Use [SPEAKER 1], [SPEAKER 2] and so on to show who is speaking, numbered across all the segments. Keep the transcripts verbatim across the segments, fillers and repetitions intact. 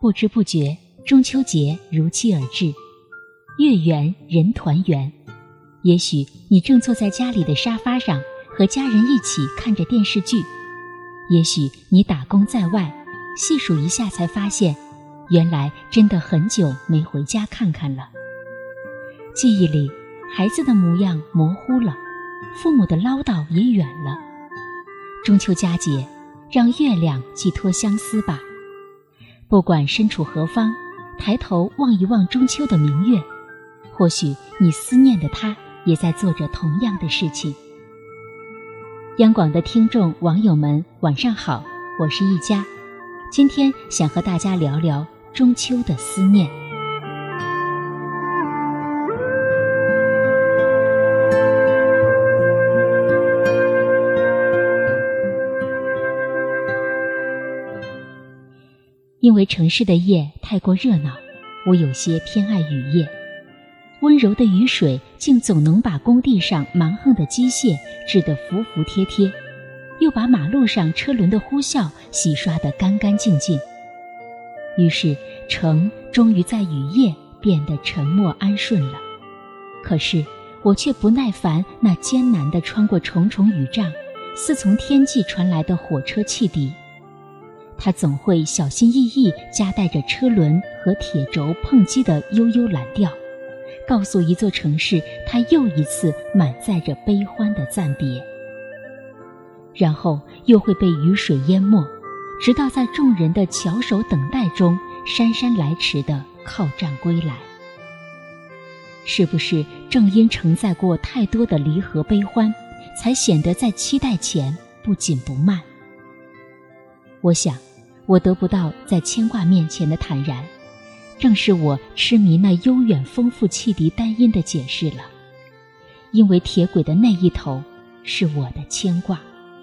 [SPEAKER 1] 不知不觉，中秋节如期而至，月圆人团圆。也许你正坐在家里的沙发上，和家人一起看着电视剧，也许你打工在外，细数一下才发现，原来真的很久没回家看看了。记忆里，孩子的模样模糊了，父母的唠叨也远了。中秋佳节，让月亮寄托相思吧。不管身处何方，抬头望一望中秋的明月，或许你思念的他也在做着同样的事情。央广的听众网友们晚上好，我是一佳，今天想和大家聊聊中秋的思念。因为城市的夜太过热闹，我有些偏爱雨夜。温柔的雨水竟总能把工地上蛮横的机械治得服服帖帖，又把马路上车轮的呼啸洗刷得干干净净。于是城终于在雨夜变得沉默安顺了。可是我却不耐烦那艰难地穿过重重雨障，似从天际传来的火车汽笛。它总会小心翼翼夹带着车轮和铁轴碰击的悠悠蓝调，告诉一座城市它又一次满载着悲欢的暂别。然后又会被雨水淹没，直到在众人的翘首等待中姗姗来迟地靠站归来。是不是正因承载过太多的离合悲欢，才显得在期待前不紧不慢？我想我得不到在牵挂面前的坦然，正是我痴迷那悠远丰富汽笛单音的解释了。因为铁轨的那一头是我的牵挂。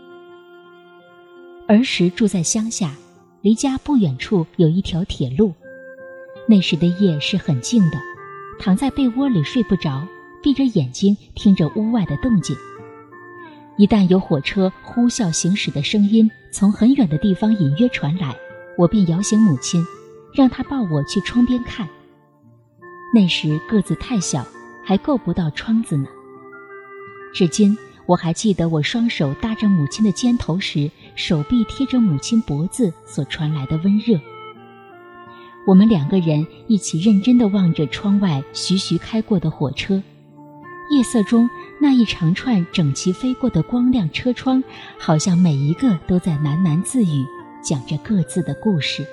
[SPEAKER 1] 儿时住在乡下，离家不远处有一条铁路。那时的夜是很静的，躺在被窝里睡不着，闭着眼睛听着屋外的动静。一旦有火车呼啸行驶的声音从很远的地方隐约传来，我便摇醒母亲，让她抱我去窗边看。那时个子太小，还够不到窗子呢。至今我还记得我双手搭着母亲的肩头时，手臂贴着母亲脖子所传来的温热。我们两个人一起认真地望着窗外徐徐开过的火车，夜色中那一长串整齐飞过的光亮车窗，好像每一个都在喃喃自语，讲着各自的故事。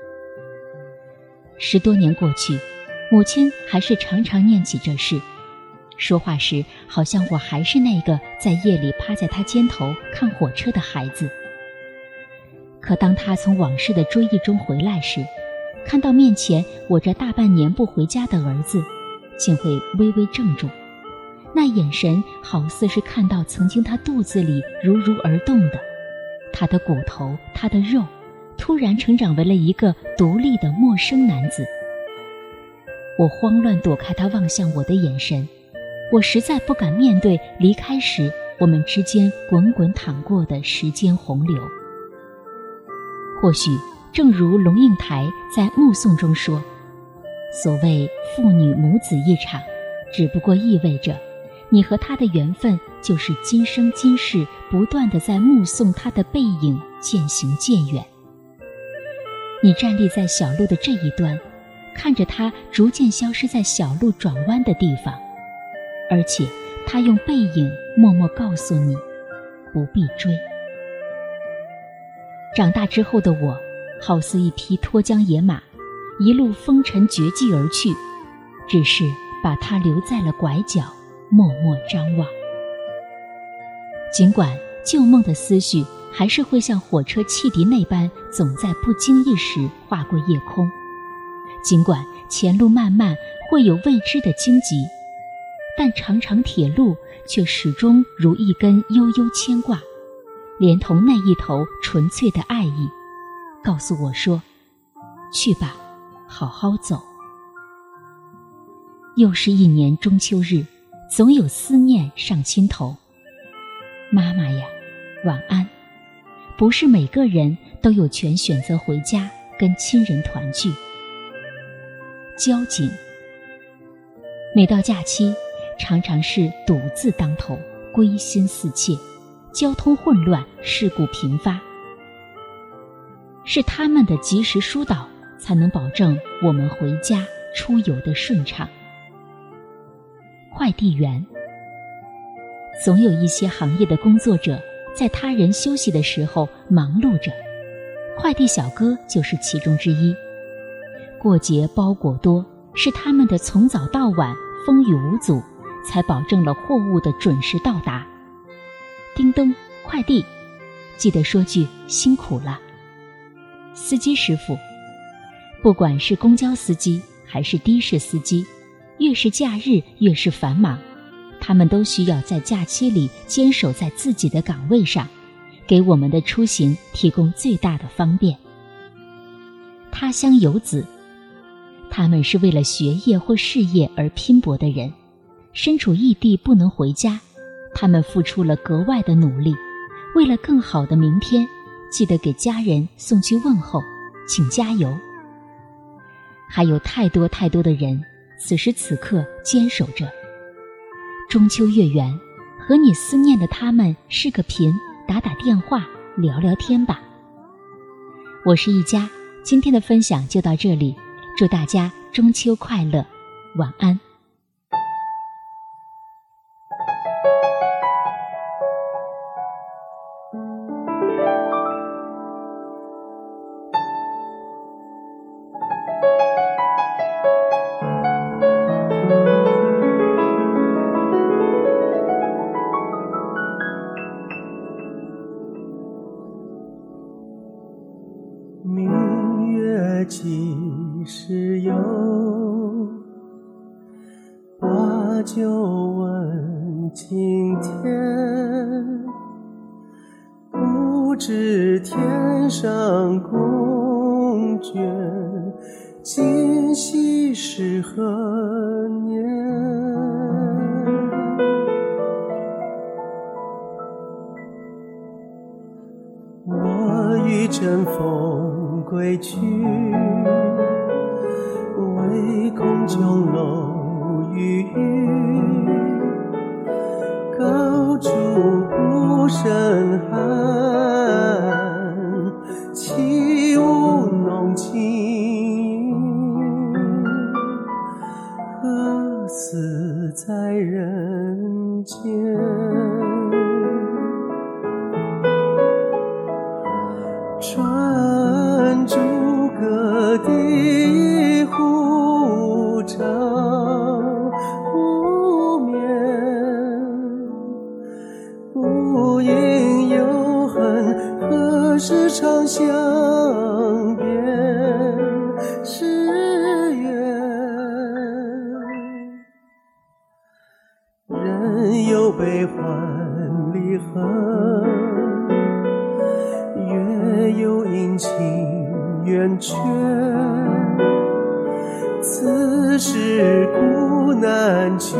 [SPEAKER 1] 十多年过去，母亲还是常常念起这事，说话时好像我还是那个在夜里趴在她肩头看火车的孩子。可当她从往事的追忆中回来时，看到面前我这大半年不回家的儿子，竟会微微怔住，那眼神好似是看到曾经他肚子里如如而动的，他的骨头，他的肉，突然成长为了一个独立的陌生男子。我慌乱躲开他望向我的眼神，我实在不敢面对离开时我们之间滚滚淌过的时间洪流。或许正如龙应台在《目送》中说，所谓父女母子一场，只不过意味着你和他的缘分就是今生今世不断地在目送他的背影渐行渐远。你站立在小路的这一端，看着他逐渐消失在小路转弯的地方，而且他用背影默默告诉你不必追。长大之后的我，好似一匹脱缰野马，一路风尘绝迹而去，只是把他留在了拐角，默默张望。尽管旧梦的思绪还是会像火车汽笛那般总在不经意时划过夜空，尽管前路漫漫会有未知的荆棘，但长长铁路却始终如一根悠悠牵挂，连同那一头纯粹的爱意，告诉我说，去吧，好好走。又是一年中秋日，总有思念上心头。妈妈呀，晚安。不是每个人都有权选择回家， 跟亲人团聚。交警，每到假期，常常是堵字当头，归心似切，交通混乱，事故频发。是他们的及时疏导，才能保证我们回家出游的顺畅。快递员，总有一些行业的工作者在他人休息的时候忙碌着，快递小哥就是其中之一。过节包裹多，是他们的从早到晚风雨无阻，才保证了货物的准时到达。叮咚，快递，记得说句辛苦了。司机师傅，不管是公交司机还是的士司机，越是假日越是繁忙，他们都需要在假期里坚守在自己的岗位上，给我们的出行提供最大的方便。他乡游子，他们是为了学业或事业而拼搏的人，身处异地不能回家，他们付出了格外的努力，为了更好的明天，记得给家人送去问候，请加油。还有太多太多的人，此时此刻坚守着。中秋月圆，和你思念的他们视个频，打打电话，聊聊天吧。我是一家，今天的分享就到这里，祝大家中秋快乐，晚安。
[SPEAKER 2] 明月几时有，把酒问青天。不知天上宫阙，今夕是何年？我欲乘风归去，唯恐琼楼玉宇，高处不胜寒，起舞弄清影，何似在人间？转朱阁地忽照无眠，不应有恨，何时长相辨？是缘，人有悲欢离合，月有阴晴圆缺，此事古难全，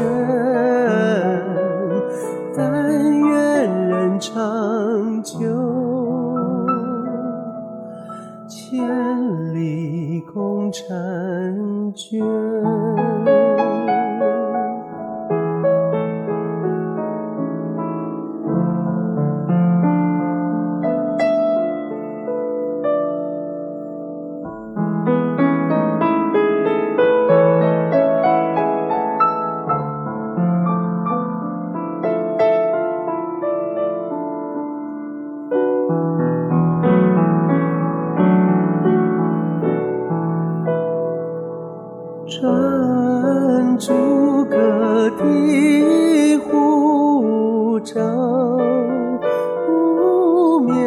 [SPEAKER 2] 但愿人长久，千里共婵娟。转朱阁地忽照无眠，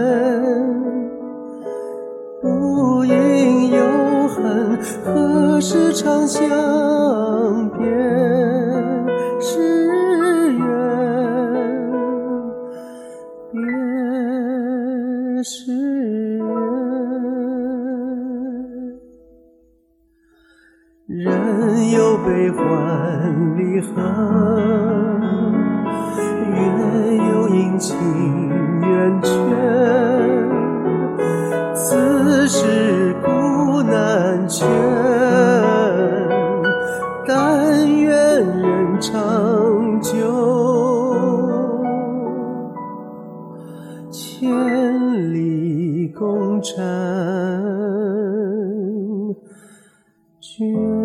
[SPEAKER 2] 不应有恨，何时长相辨？是缘，别是人有悲欢离合，月有阴晴圆缺，此事古倦。